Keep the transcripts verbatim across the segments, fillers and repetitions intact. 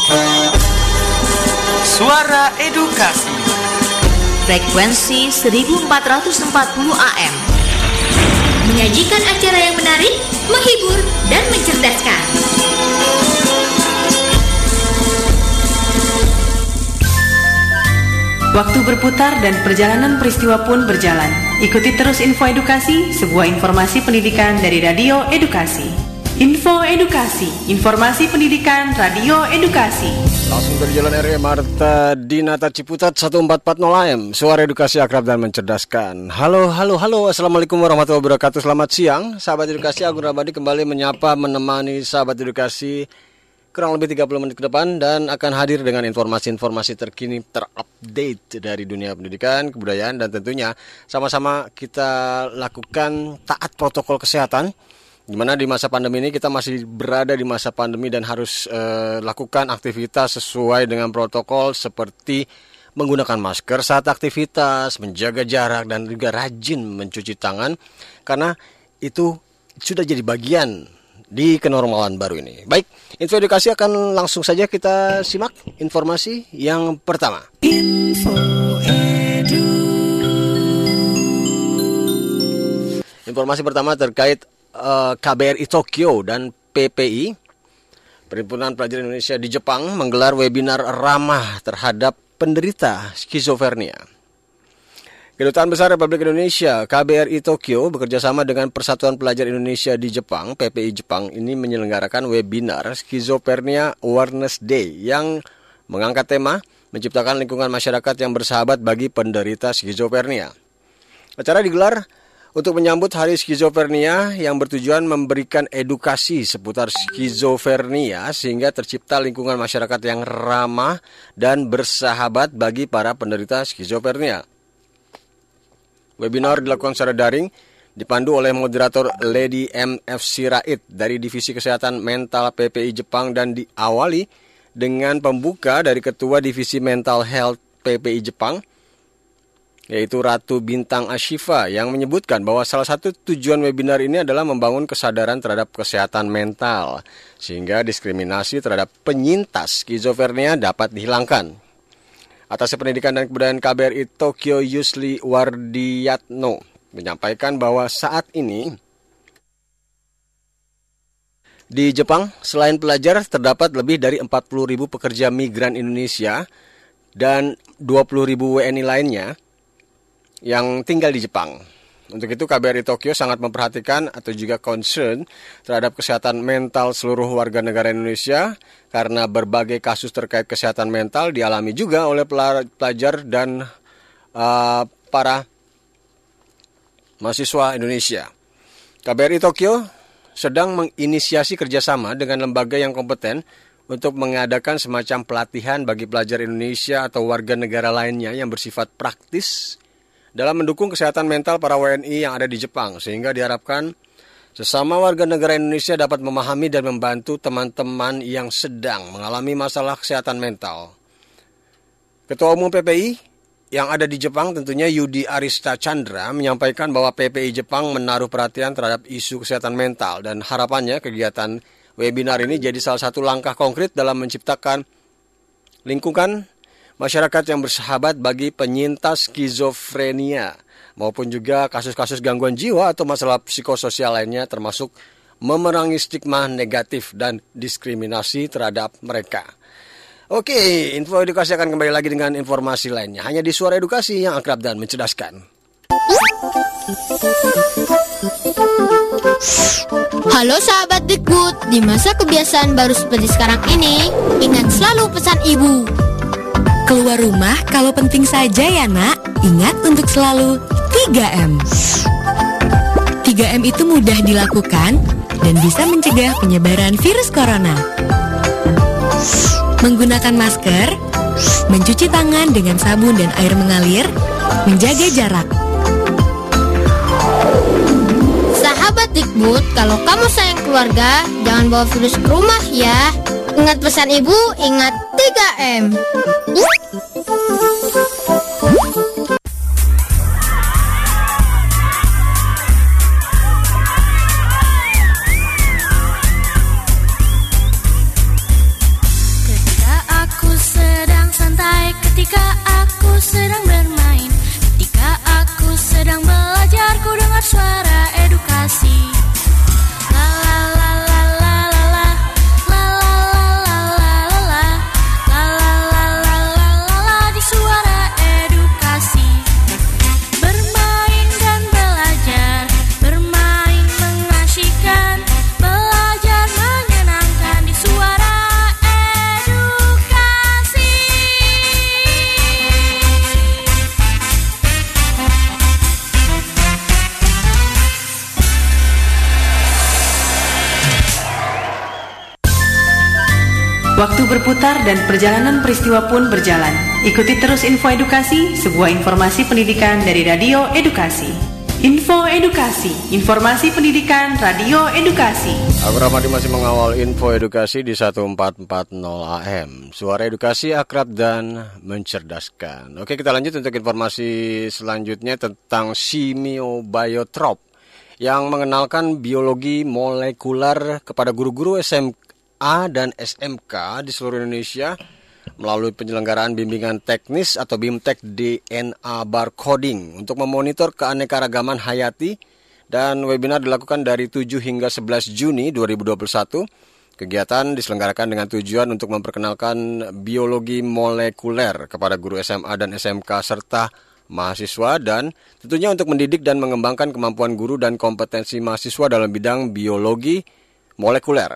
Suara Edukasi, frekuensi seribu empat ratus empat puluh A M, menyajikan acara yang menarik, menghibur, dan mencerdaskan. Waktu berputar dan perjalanan peristiwa pun berjalan. Ikuti terus Info Edukasi, sebuah informasi pendidikan dari Radio Edukasi. Info Edukasi, informasi pendidikan Radio Edukasi. Langsung dari Jalan R E Marta Dinata Ciputat seribu empat ratus empat puluh A M. Suara Edukasi akrab dan mencerdaskan. Halo, halo, halo. Assalamualaikum warahmatullahi wabarakatuh. Selamat siang, sahabat edukasi. Agung Ramadi kembali menyapa, menemani sahabat edukasi kurang lebih tiga puluh menit ke depan dan akan hadir dengan informasi-informasi terkini, terupdate dari dunia pendidikan, kebudayaan, dan tentunya sama-sama kita lakukan taat protokol kesehatan. Di mana di masa pandemi ini kita masih berada di masa pandemi dan harus eh, lakukan aktivitas sesuai dengan protokol seperti menggunakan masker saat aktivitas, menjaga jarak, dan juga rajin mencuci tangan karena itu sudah jadi bagian di kenormalan baru ini. Baik, Info Edukasi akan langsung saja kita simak informasi yang pertama. Info Edu. Informasi pertama terkait uh, K B R I Tokyo dan P P I, Perhimpunan Pelajar Indonesia di Jepang, menggelar webinar ramah terhadap penderita skizofrenia. Kedutaan Besar Republik Indonesia K B R I Tokyo bekerjasama dengan Persatuan Pelajar Indonesia di Jepang P P I Jepang ini menyelenggarakan webinar Schizophrenia Awareness Day yang mengangkat tema menciptakan lingkungan masyarakat yang bersahabat bagi penderita skizofrenia. Acara digelar untuk menyambut Hari Skizofrenia yang bertujuan memberikan edukasi seputar skizofrenia sehingga tercipta lingkungan masyarakat yang ramah dan bersahabat bagi para penderita skizofrenia. Webinar dilakukan secara daring, dipandu oleh moderator Lady M F Sirait dari Divisi Kesehatan Mental P P I Jepang dan diawali dengan pembuka dari Ketua Divisi Mental Health P P I Jepang, yaitu Ratu Bintang Ashifa, yang menyebutkan bahwa salah satu tujuan webinar ini adalah membangun kesadaran terhadap kesehatan mental, sehingga diskriminasi terhadap penyintas skizofrenia dapat dihilangkan. Atas Pendidikan dan Kebudayaan K B R I Tokyo Yusli Wardiyatno menyampaikan bahwa saat ini di Jepang selain pelajar terdapat lebih dari empat puluh ribu pekerja migran Indonesia dan dua puluh ribu W N I lainnya yang tinggal di Jepang. Untuk itu K B R I Tokyo sangat memperhatikan atau juga concern terhadap kesehatan mental seluruh warga negara Indonesia karena berbagai kasus terkait kesehatan mental dialami juga oleh pelajar dan uh, para mahasiswa Indonesia. K B R I Tokyo sedang menginisiasi kerjasama dengan lembaga yang kompeten untuk mengadakan semacam pelatihan bagi pelajar Indonesia atau warga negara lainnya yang bersifat praktis dalam mendukung kesehatan mental para W N I yang ada di Jepang, sehingga diharapkan sesama warga negara Indonesia dapat memahami dan membantu teman-teman yang sedang mengalami masalah kesehatan mental. Ketua Umum P P I yang ada di Jepang tentunya Yudi Arista Chandra menyampaikan bahwa P P I Jepang menaruh perhatian terhadap isu kesehatan mental dan harapannya kegiatan webinar ini jadi salah satu langkah konkret dalam menciptakan lingkungan masyarakat yang bersahabat bagi penyintas skizofrenia maupun juga kasus-kasus gangguan jiwa atau masalah psikososial lainnya, termasuk memerangi stigma negatif dan diskriminasi terhadap mereka. Oke, Info Edukasi akan kembali lagi dengan informasi lainnya hanya di Suara Edukasi yang akrab dan mencerdaskan. Halo sahabat Dikbud, di masa kebiasaan baru seperti sekarang ini, ingat selalu pesan ibu. Keluar rumah kalau penting saja ya nak. Ingat untuk selalu tiga M. tiga M itu mudah dilakukan dan bisa mencegah penyebaran virus corona. Menggunakan masker, mencuci tangan dengan sabun dan air mengalir, menjaga jarak. Sahabat Dikbud, kalau kamu sayang keluarga, jangan bawa virus ke rumah ya. Ingat pesan ibu, ingat tiga M. Ketika ketika aku sedang bermain, ketika aku sedang belajar, ku dengar suara edukasi. La la la la la la la, la la la la la la, la la la la la la la, di suara edukasi. Bermain dan belajar, bermain mengasyikkan, belajar menyenangkan, di suara edukasi. Waktu berputar dan perjalanan peristiwa pun berjalan. Ikuti terus info edukasi, sebuah informasi pendidikan dari Radio Edukasi. Info Edukasi, informasi pendidikan Radio Edukasi. Aku Ramadi masih mengawal info edukasi di seribu empat ratus empat puluh A M. Suara edukasi akrab dan mencerdaskan. Oke, kita lanjut untuk informasi selanjutnya tentang Simio-Biotrop yang mengenalkan biologi molekuler kepada guru-guru S M A dan S M K di seluruh Indonesia melalui penyelenggaraan bimbingan teknis atau BIMTEK D N A Barcoding untuk memonitor keanekaragaman hayati, dan webinar dilakukan dari tujuh hingga sebelas Juni dua ribu dua puluh satu. Kegiatan diselenggarakan dengan tujuan untuk memperkenalkan biologi molekuler kepada guru S M A dan S M K serta mahasiswa, dan tentunya untuk mendidik dan mengembangkan kemampuan guru dan kompetensi mahasiswa dalam bidang biologi molekuler.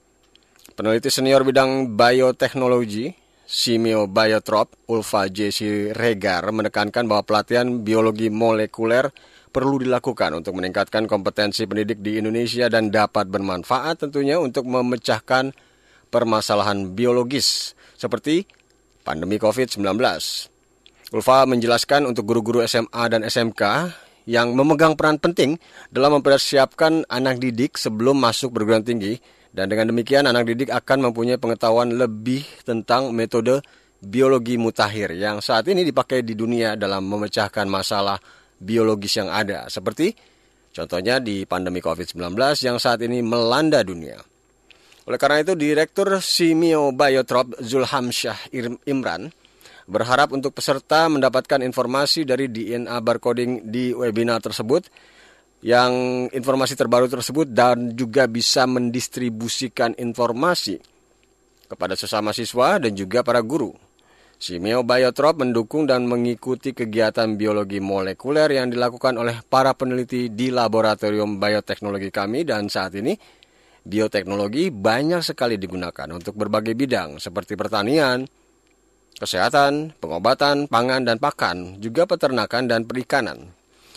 Peneliti senior bidang bioteknologi Simio-Biotrop, Ulfa J. Siregar, menekankan bahwa pelatihan biologi molekuler perlu dilakukan untuk meningkatkan kompetensi pendidik di Indonesia dan dapat bermanfaat tentunya untuk memecahkan permasalahan biologis seperti pandemi covid sembilan belas. Ulfa menjelaskan untuk guru-guru S M A dan S M K yang memegang peran penting dalam mempersiapkan anak didik sebelum masuk perguruan tinggi, dan dengan demikian anak didik akan mempunyai pengetahuan lebih tentang metode biologi mutakhir yang saat ini dipakai di dunia dalam memecahkan masalah biologis yang ada, seperti contohnya di pandemi covid sembilan belas yang saat ini melanda dunia. Oleh karena itu, Direktur Simio-Biotrop Zulhamsyah Imran berharap untuk peserta mendapatkan informasi dari D N A Barcoding di webinar tersebut, yang informasi terbaru tersebut dan juga bisa mendistribusikan informasi kepada sesama siswa dan juga para guru. Simio-Biotrop mendukung dan mengikuti kegiatan biologi molekuler yang dilakukan oleh para peneliti di laboratorium bioteknologi kami, dan saat ini bioteknologi banyak sekali digunakan untuk berbagai bidang seperti pertanian, kesehatan, pengobatan, pangan dan pakan, juga peternakan dan perikanan.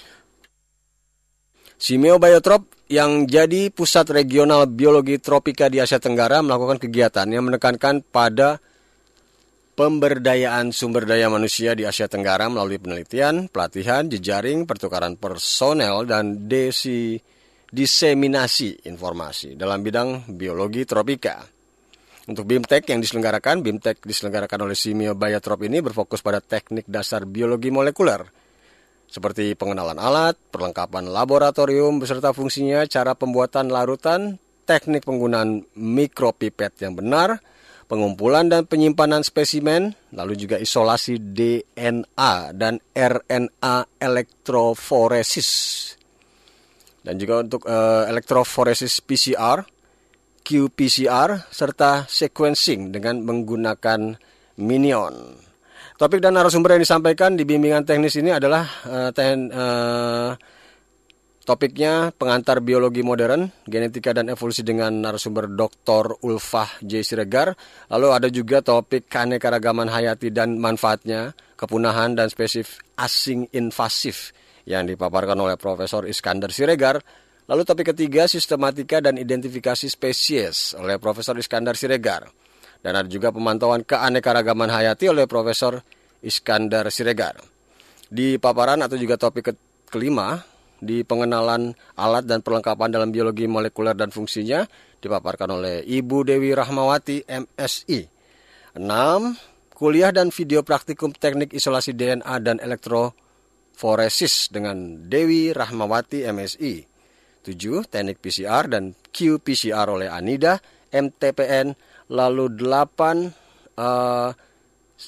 Simio-Biotrop yang jadi pusat regional biologi tropika di Asia Tenggara melakukan kegiatan yang menekankan pada pemberdayaan sumber daya manusia di Asia Tenggara melalui penelitian, pelatihan, jejaring, pertukaran personel, dan desi, diseminasi informasi dalam bidang biologi tropika. Untuk BIMTEK yang diselenggarakan, BIMTEK diselenggarakan oleh Simio-Biotrop ini berfokus pada teknik dasar biologi molekuler, seperti pengenalan alat, perlengkapan laboratorium beserta fungsinya, cara pembuatan larutan, teknik penggunaan mikropipet yang benar, pengumpulan dan penyimpanan spesimen, lalu juga isolasi D N A dan R N A elektroforesis. Dan juga untuk uh, elektroforesis P C R, Q P C R, serta sequencing dengan menggunakan Minion. Topik dan narasumber yang disampaikan di bimbingan teknis ini adalah uh, ten, uh, topiknya pengantar biologi modern, genetika dan evolusi dengan narasumber Doktor Ulfah J. Siregar. Lalu ada juga topik keanekaragaman hayati dan manfaatnya, kepunahan dan spesies asing invasif yang dipaparkan oleh Profesor Iskandar Siregar. Lalu topik ketiga, sistematika dan identifikasi spesies oleh Profesor Iskandar Siregar. Dan ada juga pemantauan keanekaragaman hayati oleh Profesor Iskandar Siregar. Di paparan atau juga topik ke- kelima, di pengenalan alat dan perlengkapan dalam biologi molekuler dan fungsinya, dipaparkan oleh Ibu Dewi Rahmawati M Si. enam. Kuliah dan video praktikum teknik isolasi D N A dan elektroforesis dengan Dewi Rahmawati M Si. tujuh. Teknik P C R dan Q P C R oleh Anida M T P N. Lalu delapan, uh,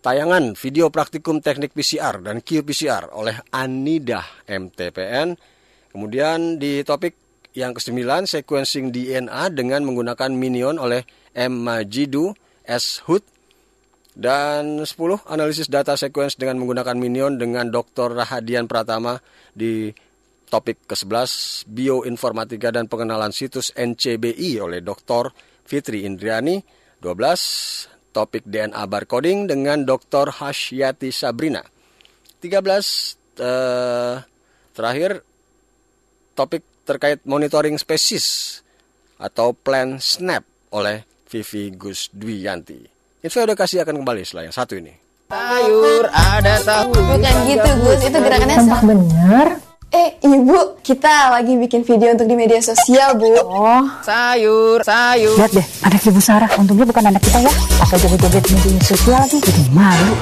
tayangan video praktikum teknik P C R dan Q P C R oleh Anidah M T P N. Kemudian di topik yang kesembilan, sequencing D N A dengan menggunakan Minion oleh M. Majidu S. Hood. Dan sepuluh, analisis data sequence dengan menggunakan Minion dengan Doktor Rahadian Pratama di topik kesebelas, bioinformatika dan pengenalan situs N C B I oleh Doktor Fitri Indriani. dua belas, topik D N A barcoding dengan Doktor Hasyiati Sabrina. tiga belas, eh, terakhir topik terkait monitoring spesies atau Plan SNAP oleh Vivi Gusdwiyanti. Info edukasi akan kembali setelah yang satu ini. Sayur ada tahu. Bukan gitu Gus, itu gerakannya Tempat bener. Eh ibu, kita lagi bikin video untuk di media sosial bu. Oh, Sayur, sayur. lihat deh, anak Ibu Sarah. Untungnya bukan anak kita ya. Pakai joget-joget media sosial lagi, jadi malu.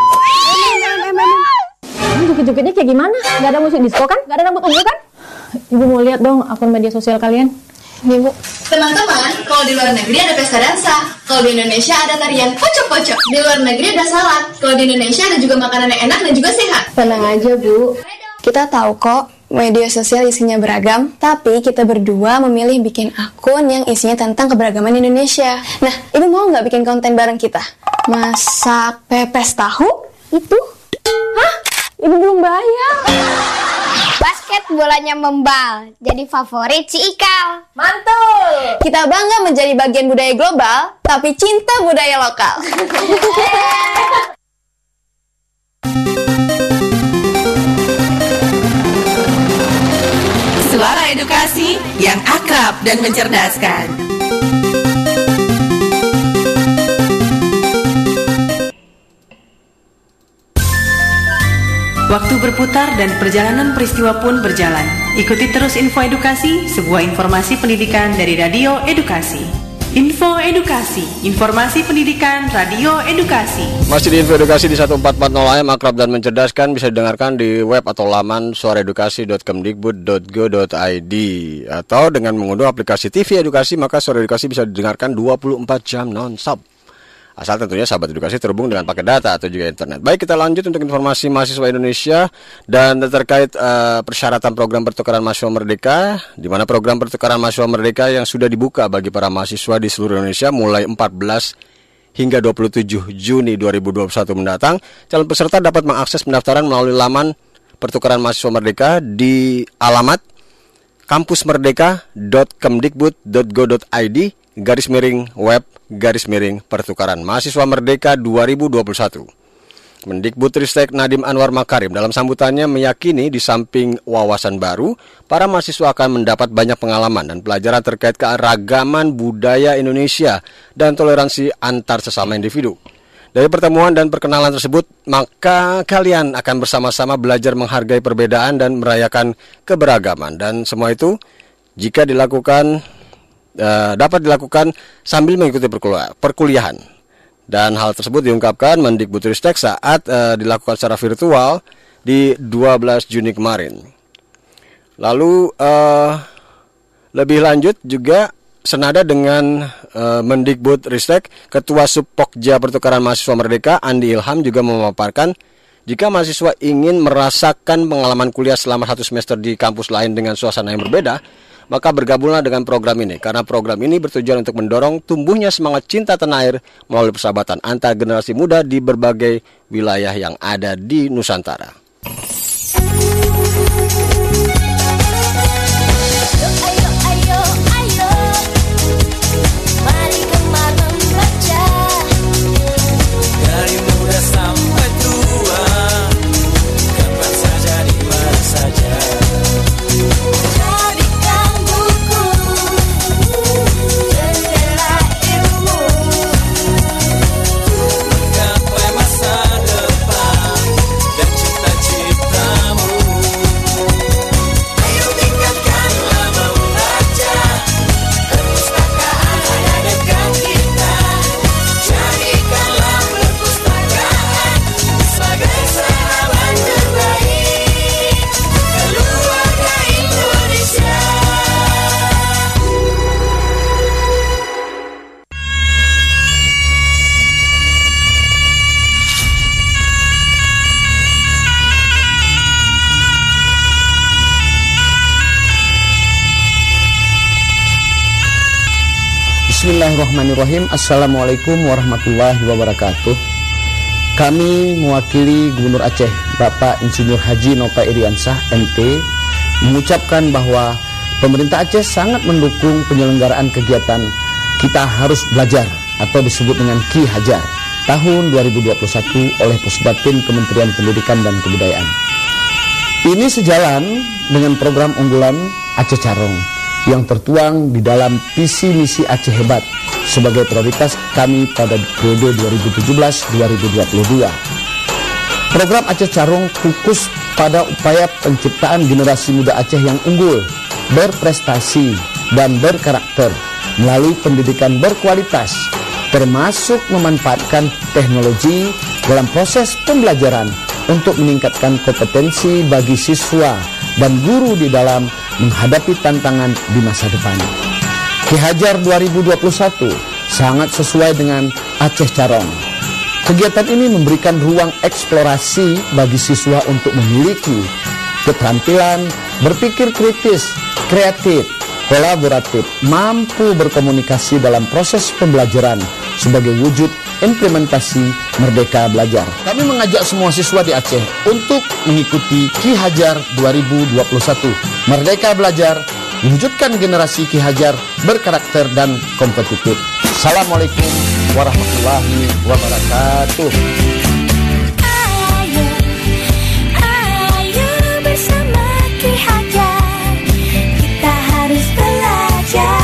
Ini joget-jogetnya kayak gimana? Gak ada musik disco kan? Gak ada rambut ungu kan? Ibu mau lihat dong akun media sosial kalian. Nih bu. Teman-teman, kalau di luar negeri ada pesta dansa. Kalau di Indonesia ada tarian pocok-pocok. Di luar negeri ada salad. Kalau di Indonesia ada juga makanan yang enak dan juga sehat. Tenang aja bu. Kita tahu kok media sosial isinya beragam, tapi kita berdua memilih bikin akun yang isinya tentang keberagaman Indonesia. Nah, ibu mau nggak bikin konten bareng kita? Masak pepes tahu? Itu? Hah? Ibu belum bayar. Basket bolanya membal, jadi favorit si Ikal. Mantul! Kita bangga menjadi bagian budaya global, tapi cinta budaya lokal. Suara edukasi yang akrab dan mencerdaskan. Waktu berputar dan perjalanan peristiwa pun berjalan. Ikuti terus info edukasi, sebuah informasi pendidikan dari Radio Edukasi. Info Edukasi, informasi pendidikan Radio Edukasi. Masih di Info Edukasi di seratus empat puluh A M, akrab dan mencerdaskan, bisa didengarkan di web atau laman suaraedukasi dot kemdikbud dot go dot i d atau dengan mengunduh aplikasi T V Edukasi, maka Suara Edukasi bisa didengarkan dua puluh empat jam non-stop. Asal tentunya sahabat edukasi terhubung dengan paket data atau juga internet. Baik, kita lanjut untuk informasi mahasiswa Indonesia dan terkait uh, persyaratan program pertukaran mahasiswa merdeka, di mana program pertukaran mahasiswa merdeka yang sudah dibuka bagi para mahasiswa di seluruh Indonesia mulai empat belas hingga dua puluh tujuh Juni dua ribu dua puluh satu mendatang. Calon peserta dapat mengakses pendaftaran melalui laman pertukaran mahasiswa merdeka di alamat kampusmerdeka dot kemdikbud dot go dot i d garis miring web garis miring pertukaran mahasiswa merdeka dua ribu dua puluh satu. Mendikbudristek Nadiem Anwar Makarim dalam sambutannya meyakini di samping wawasan baru, para mahasiswa akan mendapat banyak pengalaman dan pelajaran terkait keragaman budaya Indonesia dan toleransi antar sesama individu. Dari pertemuan dan perkenalan tersebut, maka kalian akan bersama-sama belajar menghargai perbedaan dan merayakan keberagaman. Dan semua itu jika dilakukan Uh, dapat dilakukan sambil mengikuti perkuliah, perkuliahan. Dan hal tersebut diungkapkan Mendikbudristek saat uh, dilakukan secara virtual di dua belas Juni kemarin. Lalu uh, lebih lanjut juga senada dengan uh, Mendikbudristek, Ketua Subpokja Pertukaran Mahasiswa Merdeka Andi Ilham juga memaparkan jika mahasiswa ingin merasakan pengalaman kuliah selama satu semester di kampus lain dengan suasana yang berbeda, maka bergabunglah dengan program ini, karena program ini bertujuan untuk mendorong tumbuhnya semangat cinta tanah air melalui persahabatan antar generasi muda di berbagai wilayah yang ada di Nusantara. Bismillahirrahmanirrahim. Assalamualaikum warahmatullahi wabarakatuh. Kami mewakili Gubernur Aceh Bapak Insinyur Haji Nova Iriansah M P mengucapkan bahwa pemerintah Aceh sangat mendukung penyelenggaraan kegiatan Kita Harus Belajar atau disebut dengan Ki Hajar tahun dua ribu dua puluh satu oleh Pusdatin Kementerian Pendidikan dan Kebudayaan. Ini sejalan dengan program unggulan Aceh Carong yang tertuang di dalam visi misi Aceh Hebat sebagai prioritas kami pada periode dua ribu tujuh belas sampai dua ribu dua puluh dua. Program Aceh Carong fokus pada upaya penciptaan generasi muda Aceh yang unggul, berprestasi, dan berkarakter melalui pendidikan berkualitas, termasuk memanfaatkan teknologi dalam proses pembelajaran untuk meningkatkan kompetensi bagi siswa dan guru di dalam menghadapi tantangan di masa depan. Ki Hajar dua ribu dua puluh satu sangat sesuai dengan Aceh Carong. Kegiatan ini memberikan ruang eksplorasi bagi siswa untuk memiliki keterampilan berpikir kritis, kreatif, kolaboratif, mampu berkomunikasi dalam proses pembelajaran sebagai wujud implementasi Merdeka Belajar. Kami mengajak semua siswa di Aceh untuk mengikuti Ki Hajar dua ribu dua puluh satu. Merdeka Belajar, mewujudkan generasi Ki Hajar berkarakter dan kompetitif. Assalamualaikum warahmatullahi wabarakatuh. Ayo, ayo bersama Ki Hajar, kita harus belajar.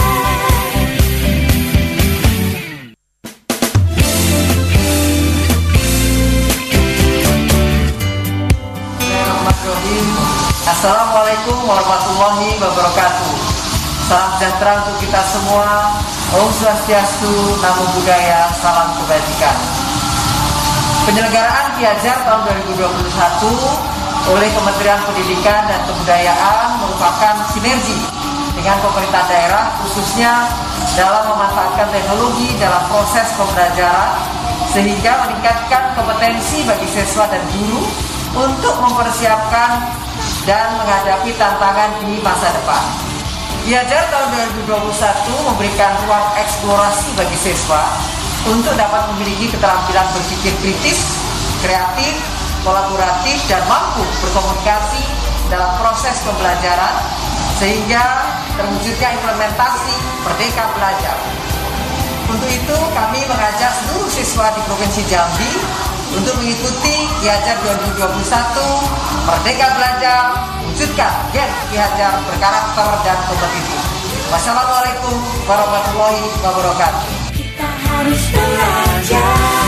Assalamualaikum warahmatullahi wabarakatuh. Salam sejahtera untuk kita semua. Om Swastiastu, Namo Buddhaya, salam kebajikan. Penyelenggaraan Ki Hajar tahun dua ribu dua puluh satu oleh Kementerian Pendidikan dan Kebudayaan merupakan sinergi dengan pemerintah daerah, khususnya dalam memanfaatkan teknologi dalam proses pembelajaran sehingga meningkatkan kompetensi bagi siswa dan guru untuk mempersiapkan dan menghadapi tantangan di masa depan. Ki Hajar tahun dua ribu dua puluh satu memberikan ruang eksplorasi bagi siswa untuk dapat memiliki keterampilan berpikir kritis, kreatif, kolaboratif, dan mampu berkomunikasi dalam proses pembelajaran sehingga terwujudnya implementasi Merdeka Belajar. Untuk itu kami mengajak seluruh siswa di Provinsi Jambi untuk mengikuti Ki Hajar dua ribu dua puluh satu Merdeka Belajar, wujudkan gen Ki Hajar berkarakter dan kompetitif. Wassalamualaikum warahmatullahi wabarakatuh. Kita harus belajar.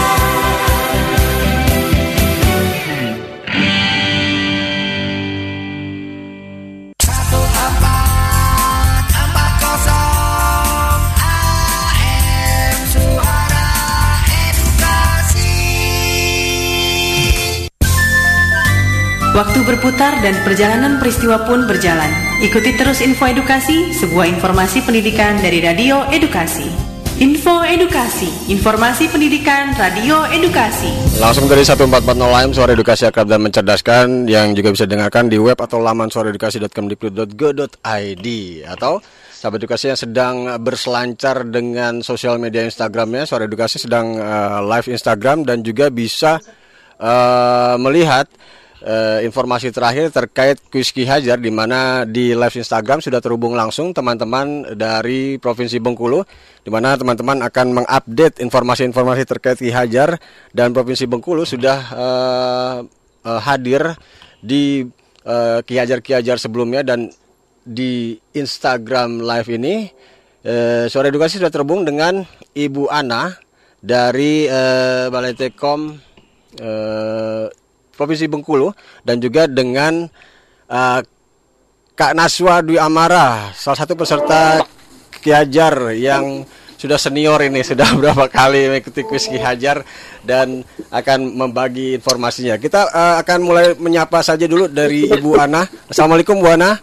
Waktu berputar dan perjalanan peristiwa pun berjalan. Ikuti terus Info Edukasi, sebuah informasi pendidikan dari Radio Edukasi. Info Edukasi, informasi pendidikan Radio Edukasi. Langsung dari seratus empat puluh A M, Suara Edukasi Akrab dan Mencerdaskan, yang juga bisa dengarkan di web atau laman suara edukasi dot kemdikbud dot go dot i d. Atau sahabat edukasi yang sedang berselancar dengan sosial media Instagramnya, Suara Edukasi sedang uh, live Instagram dan juga bisa uh, melihat Uh, informasi terakhir terkait kuis Ki Hajar, di mana di live Instagram sudah terhubung langsung teman-teman dari Provinsi Bengkulu, di mana teman-teman akan mengupdate informasi-informasi terkait Ki Hajar, dan Provinsi Bengkulu sudah uh, uh, hadir di uh, Ki Hajar-Ki Hajar sebelumnya. Dan di Instagram live ini uh, Suara Edukasi sudah terhubung dengan Ibu Ana dari uh, Balai Tekom uh, Provinsi Bengkulu, dan juga dengan uh, Kak Naswa Dwi Amara, salah satu peserta Ki Hajar yang sudah senior ini, sudah berapa kali mengikuti kuis Ki Hajar dan akan membagi informasinya. Kita uh, akan mulai menyapa saja dulu dari Ibu Ana. Assalamualaikum Bu Ana.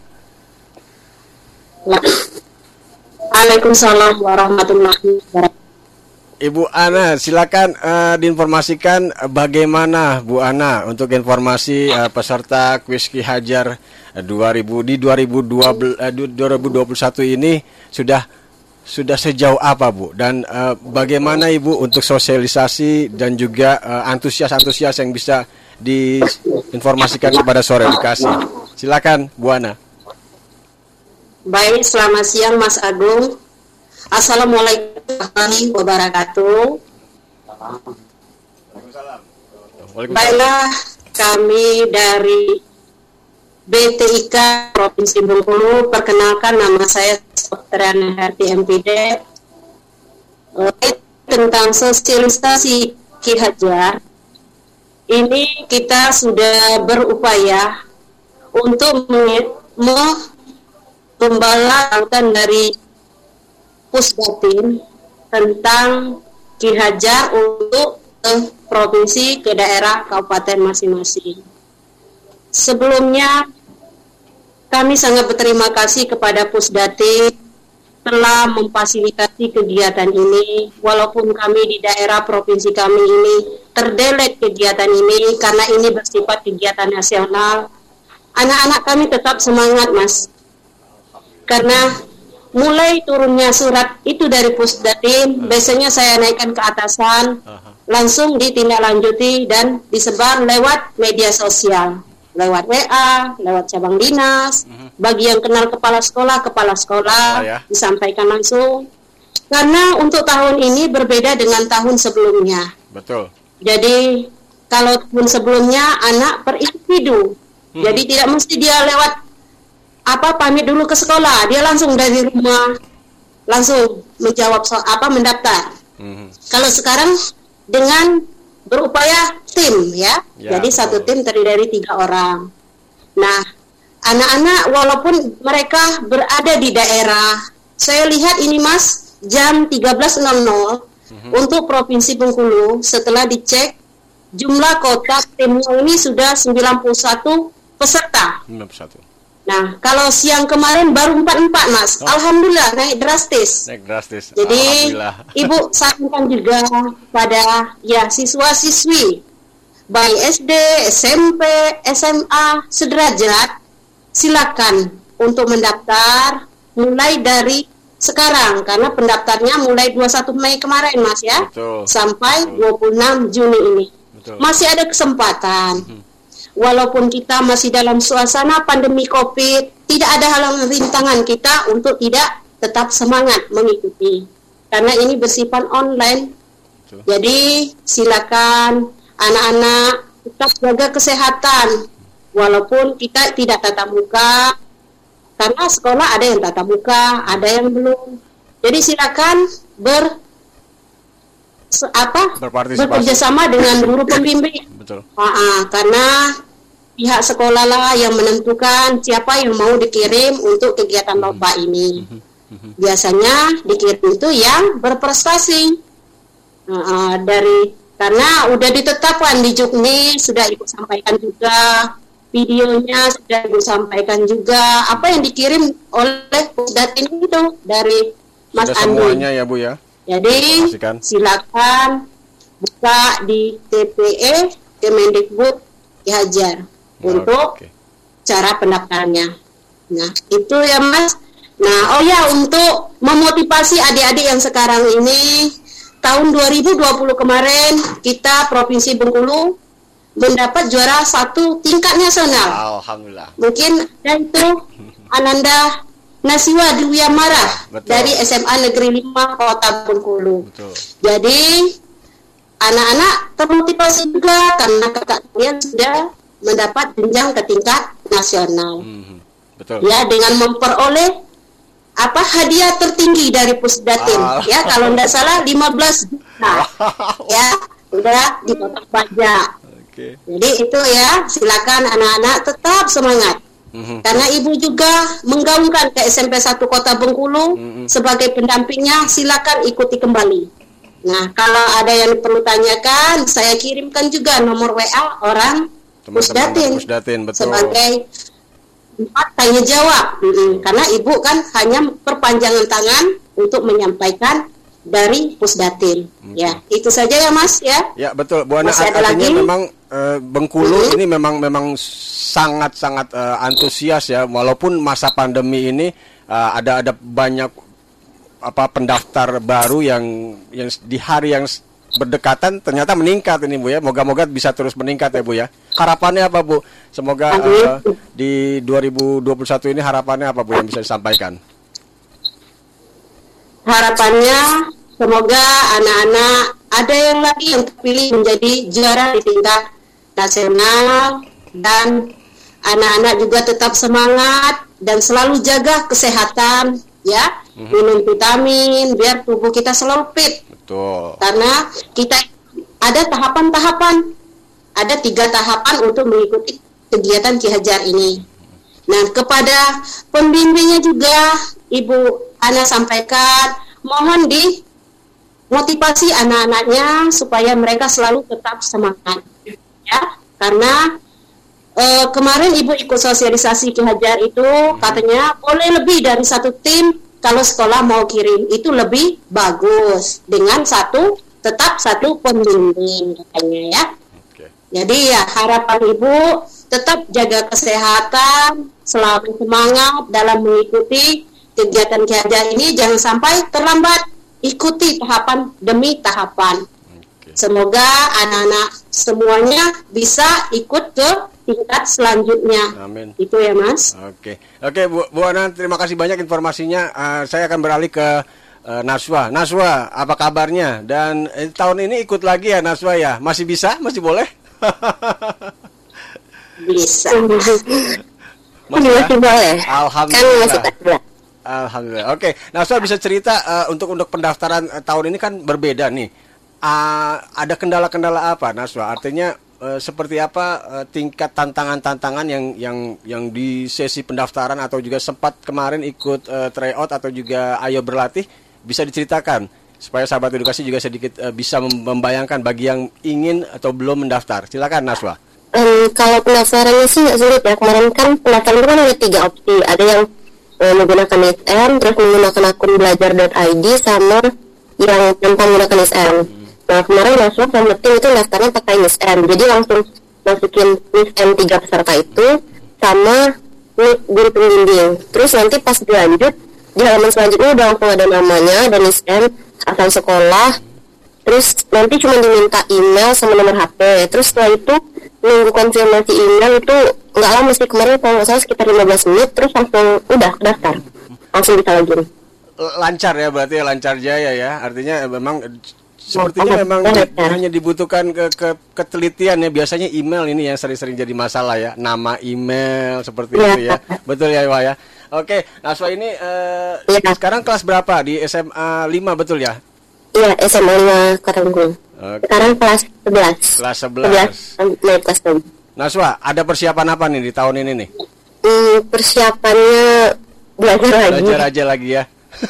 Waalaikumsalam warahmatullahi wabarakatuh. Ibu Ana, silakan uh, diinformasikan bagaimana Bu Ana untuk informasi uh, peserta kuis Ki Hajar uh, dua ribu di dua ribu dua puluh, uh, dua ribu dua puluh satu ini sudah sudah sejauh apa Bu? Dan uh, bagaimana Ibu untuk sosialisasi dan juga uh, antusias-antusias yang bisa diinformasikan kepada Suara Edukasi? Silakan Bu Ana. Baik, selamat siang Mas Agung. Assalamualaikum warahmatullahi wabarakatuh. Baiklah, kami dari B T I K Provinsi Bengkulu, perkenalkan nama saya Dokter Herti M P D. Tentang sosialisasi Ki Hajar, ini kita sudah berupaya untuk membalaskan dari Pusdatin tentang Ki Hajar untuk ke provinsi, ke daerah, kabupaten masing-masing. Sebelumnya kami sangat berterima kasih kepada Pusdatin telah memfasilitasi kegiatan ini, walaupun kami di daerah provinsi kami ini terdelet kegiatan ini karena ini bersifat kegiatan nasional. Anak-anak kami tetap semangat, Mas, karena mulai turunnya surat itu dari Pusdatin, biasanya saya naikkan ke atasan, langsung ditindaklanjuti dan disebar lewat media sosial, lewat W A, lewat cabang dinas, bagi yang kenal kepala sekolah, kepala sekolah, ya, disampaikan langsung. Karena untuk tahun ini berbeda dengan tahun sebelumnya. Betul. Jadi kalau tahun sebelumnya anak per individu, hmm. jadi tidak mesti dia lewat apa pamit dulu ke sekolah, dia langsung dari rumah langsung menjawab soal apa mendaftar. Hmm. Kalau sekarang dengan berupaya tim ya, ya jadi betul. Satu tim terdiri dari tiga orang. Nah, anak-anak walaupun mereka berada di daerah, saya lihat ini Mas jam tiga belas nol nol uh-huh. untuk Provinsi Bengkulu, setelah dicek jumlah kota timnya ini sudah sembilan puluh satu peserta. sembilan puluh satu. Nah, kalau siang kemarin baru empat puluh empat Mas. Oh. Alhamdulillah naik drastis. Naik drastis. Jadi Ibu sarankan juga pada ya siswa-siswi baik S D, S M P, S M A sederajat, silakan untuk mendaftar mulai dari sekarang karena pendaftarnya mulai dua puluh satu Mei kemarin Mas ya. Betul. Sampai Betul. dua puluh enam Juni ini. Betul. Masih ada kesempatan. Hmm. Walaupun kita masih dalam suasana pandemi COVID, tidak ada halangan rintangan kita untuk tidak tetap semangat mengikuti. Karena ini bersifat online. Betul. Jadi silakan anak-anak tetap jaga kesehatan. Walaupun kita tidak tatap muka, karena sekolah ada yang tatap muka, ada yang belum. Jadi silakan ber apa bekerja sama dengan guru pembimbing. Betul. Aa, karena pihak sekolah lah yang menentukan siapa yang mau dikirim untuk kegiatan lomba mm-hmm. ini. Mm-hmm. Biasanya dikirim itu yang berprestasi. Aa, dari karena udah ditetapkan di Jukni, sudah Ibu sampaikan juga, videonya sudah Ibu sampaikan juga, apa yang dikirim oleh Pusdatin itu dari Mas Andi. Semuanya ya Bu ya. Jadi silakan buka di T P E Kemendikbud Ki Hajar oh, untuk okay. cara pendaftarannya. Nah itu ya Mas. Nah oh ya untuk memotivasi adik-adik yang sekarang ini, tahun dua ribu dua puluh kemarin kita Provinsi Bengkulu mendapat juara satu tingkat nasional. Alhamdulillah. Mungkin dan itu Ananda Nasiwa Dwi Amara dari S M A Negeri lima Kota Bengkulu. Betul. Jadi anak-anak termotivasi juga karena kakak kalian sudah mendapat jenjang ke tingkat nasional. Mm-hmm. Betul. Ya dengan memperoleh apa hadiah tertinggi dari Pusdatin. Ah. Ya kalau tidak salah lima belas juta. Ya sudah dipotong pajak. Okay. Jadi itu ya silakan anak-anak tetap semangat. Mm-hmm. Karena Ibu juga menggaungkan ke S M P satu Kota Bengkulu mm-hmm. sebagai pendampingnya, silakan ikuti kembali. Nah, kalau ada yang perlu tanyakan, saya kirimkan juga nomor W A orang Pusdatin, Pusdatin sebagai tempat tanya jawab. Mm-hmm. Karena Ibu kan hanya perpanjangan tangan untuk menyampaikan dari Pusdatin. Mm-hmm. Ya, itu saja ya Mas ya. Ya betul. Bu Ana, artinya lagi? memang uh, Bengkulu hmm. ini memang memang sangat-sangat uh, antusias ya, walaupun masa pandemi ini uh, ada ada banyak apa pendaftar baru yang yang di hari yang berdekatan ternyata meningkat ini Bu ya. Moga-moga bisa terus meningkat ya Bu ya. Harapannya apa Bu? Semoga uh, di dua ribu dua puluh satu ini harapannya apa Bu yang bisa disampaikan? Harapannya semoga anak-anak ada yang lagi yang terpilih menjadi juara di tingkat nasional, dan anak-anak juga tetap semangat dan selalu jaga kesehatan ya, mm-hmm. minum vitamin biar tubuh kita selalu fit. Betul. Karena kita ada tahapan-tahapan, ada tiga tahapan untuk mengikuti kegiatan Ki Hajar ini. Nah, kepada pembimbingnya juga Ibu Ana sampaikan, mohon di motivasi anak-anaknya supaya mereka selalu tetap semangat, ya. Karena e, kemarin Ibu ikut sosialisasi Ki Hajar itu katanya boleh lebih dari satu tim. Kalau sekolah mau kirim itu lebih bagus dengan satu tetap satu pembimbing katanya ya. Okay. Jadi ya harapan Ibu tetap jaga kesehatan, selalu semangat dalam mengikuti kegiatan Ki Hajar ini, jangan sampai terlambat, ikuti tahapan demi tahapan. Okay. Semoga anak-anak semuanya bisa ikut ke tingkat selanjutnya. Amin. Itu ya Mas. Oke, oke Bu, Bu Ana, terima kasih banyak informasinya. Uh, saya akan beralih ke uh, Naswa. Naswa, apa kabarnya? Dan eh, tahun ini ikut lagi ya Naswa ya? Masih bisa? Masih boleh? Bisa. Masih, ya? Masih boleh. Alhamdulillah. Kan masih Alhamdulillah. Oke, Naswa bisa cerita uh, untuk untuk pendaftaran uh, tahun ini kan berbeda nih. Uh, ada kendala-kendala apa Naswa? Artinya Uh, seperti apa uh, tingkat tantangan-tantangan yang yang yang di sesi pendaftaran atau juga sempat kemarin ikut uh, tryout atau juga ayo berlatih, bisa diceritakan supaya sahabat edukasi juga sedikit uh, bisa membayangkan bagi yang ingin atau belum mendaftar. Silakan Naswa. Um, kalau pendaftarannya sih nggak sulit ya. Kemarin kan pendaftaran itu kan ada tiga opsi. Ada yang uh, menggunakan S M, terus menggunakan akun belajar dot I D, sama yang tanpa menggunakan S M. Nah kemarin langsung sama tim itu daftarnya pakai N I S M, jadi langsung masukin N I S M tiga peserta itu sama nik guru pembimbing. Terus nanti pas dilanjut di halaman selanjutnya udah langsung ada namanya dan N I S M, asal sekolah. Terus nanti cuma diminta email sama nomor H P. Terus setelah itu nunggu konfirmasi email itu nggak lama sih, kemarin kalau nggak salah sekitar lima belas menit, terus langsung udah daftar, langsung bisa lagi. Lancar ya berarti ya, lancar jaya ya. Artinya memang sepertinya memang di, hanya dibutuhkan ke, ke ketelitian ya. Biasanya email ini yang sering-sering jadi masalah ya. Nama email seperti ya. Itu ya. Betul ya Iwa ya. Oke, Naswa ini uh, ya. Sekarang kelas berapa? Di S M A lima betul ya? Iya, S M A lima Karanggung. Okay. Sekarang kelas sebelas. Kelas sebelas. Naik kelas enam. Naswa, ada persiapan apa nih di tahun ini nih? Hmm, persiapannya belajar lagi. Belajar aja lagi ya.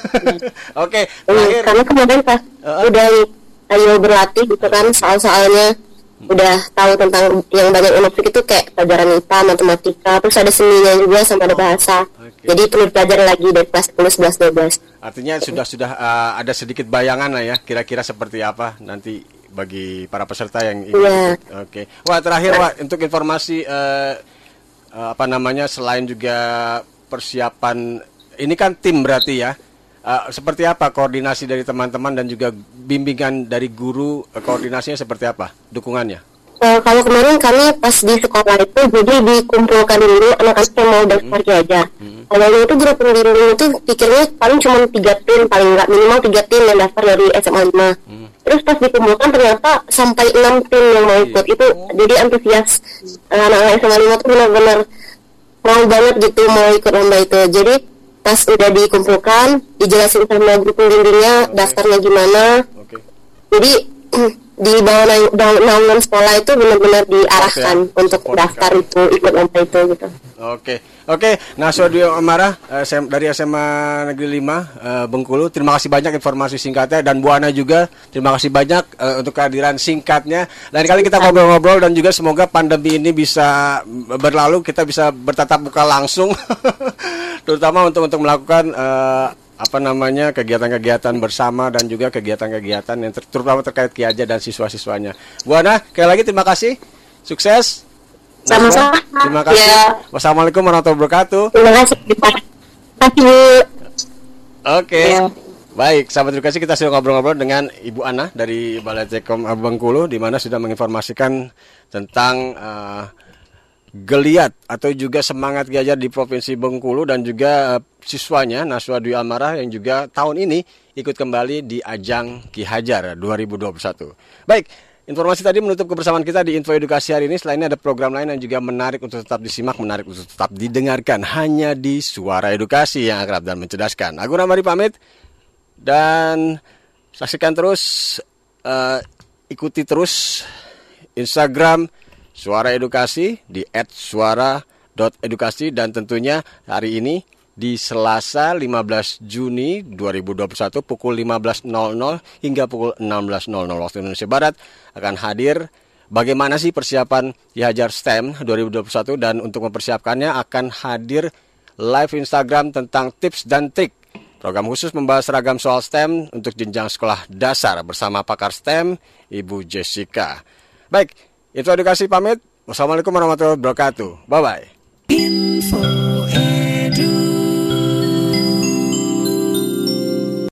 Oke, okay, karena kemarin pas uh, udah ayo berlatih gitu kan, soal-soalnya hmm. udah tahu tentang yang banyak unik itu kayak pelajaran I P A, matematika, terus ada seninya juga sama ada bahasa. Okay. Jadi perlu belajar lagi dari kelas sepuluh, sebelas, dua belas. Artinya sudah sudah uh, ada sedikit bayangan lah ya, kira-kira seperti apa nanti bagi para peserta yang ingin. Yeah. Oke. Okay. Wah, terakhir Wah, untuk informasi uh, uh, apa namanya, selain juga persiapan ini kan tim berarti ya. Uh, seperti apa koordinasi dari teman-teman dan juga bimbingan dari guru, uh, koordinasinya seperti apa, dukungannya? Uh, kalau kemarin kami pas di sekolah itu jadi dikumpulkan dulu anak-anak yang mau daftar hmm. aja. Hmm. Awalnya itu guru pembimbing itu pikirnya paling cuma tiga tim, paling nggak minimal tiga tim yang daftar dari S M A lima. Hmm. Terus pas dikumpulkan ternyata sampai enam tim yang mau ikut. Hmm. Itu oh. jadi antusias uh, anak-anak S M A lima itu benar-benar mau banget gitu mau ikut lomba itu. Jadi pas udah dikumpulkan, dijelasin sama guru pembimbingnya okay. daftarnya gimana. Okay. Jadi di bawah naungan sekolah itu benar-benar diarahkan okay. untuk daftar itu, ikut lomba itu gitu. Oke, oke. Naswa Amara dari S M A Negeri lima Bengkulu. Terima kasih banyak informasi singkatnya, dan Bu Ana juga terima kasih banyak uh, untuk kehadiran singkatnya. Lain kali kita ngobrol-ngobrol, dan juga semoga pandemi ini bisa berlalu, kita bisa bertatap muka langsung, terutama untuk untuk melakukan uh, apa namanya kegiatan-kegiatan bersama dan juga kegiatan-kegiatan yang ter- terutama terkait Ki Hajar dan siswa-siswanya. Bu Ana, sekali lagi terima kasih, sukses. Sama-sama. Terima kasih. Ya. Wassalamualaikum warahmatullahi wabarakatuh. Terima kasih. Terima kasih. Oke. Okay. Ya. Baik, sahabat edukasi, kita sudah ngobrol-ngobrol dengan Ibu Ana dari Balai Tekom Bengkulu, di mana sudah menginformasikan tentang uh, geliat atau juga semangat Ki-Hajar di Provinsi Bengkulu, dan juga uh, siswanya Naswa Dwi Amarah yang juga tahun ini ikut kembali di ajang Ki-Hajar dua ribu dua puluh satu. Baik, informasi tadi menutup kebersamaan kita di Info Edukasi hari ini. Selain ini ada program lain yang juga menarik untuk tetap disimak, menarik untuk tetap didengarkan, hanya di Suara Edukasi yang akrab dan mencerdaskan. Aku Ramari pamit. Dan saksikan terus, uh, ikuti terus Instagram Suara Edukasi di et suara dot edukasi, dan tentunya hari ini di Selasa lima belas Juni dua ribu dua puluh satu pukul lima belas nol nol hingga pukul enam belas nol nol waktu Indonesia Barat akan hadir bagaimana sih persiapan Ki-Hajar S T E M dua ribu dua puluh satu, dan untuk mempersiapkannya akan hadir live Instagram tentang tips dan trik. Program khusus membahas ragam soal S T E M untuk jenjang sekolah dasar bersama pakar S T E M, Ibu Jessica. Baik, itu edukasi pamit. Wassalamualaikum warahmatullahi wabarakatuh. Bye-bye. Info.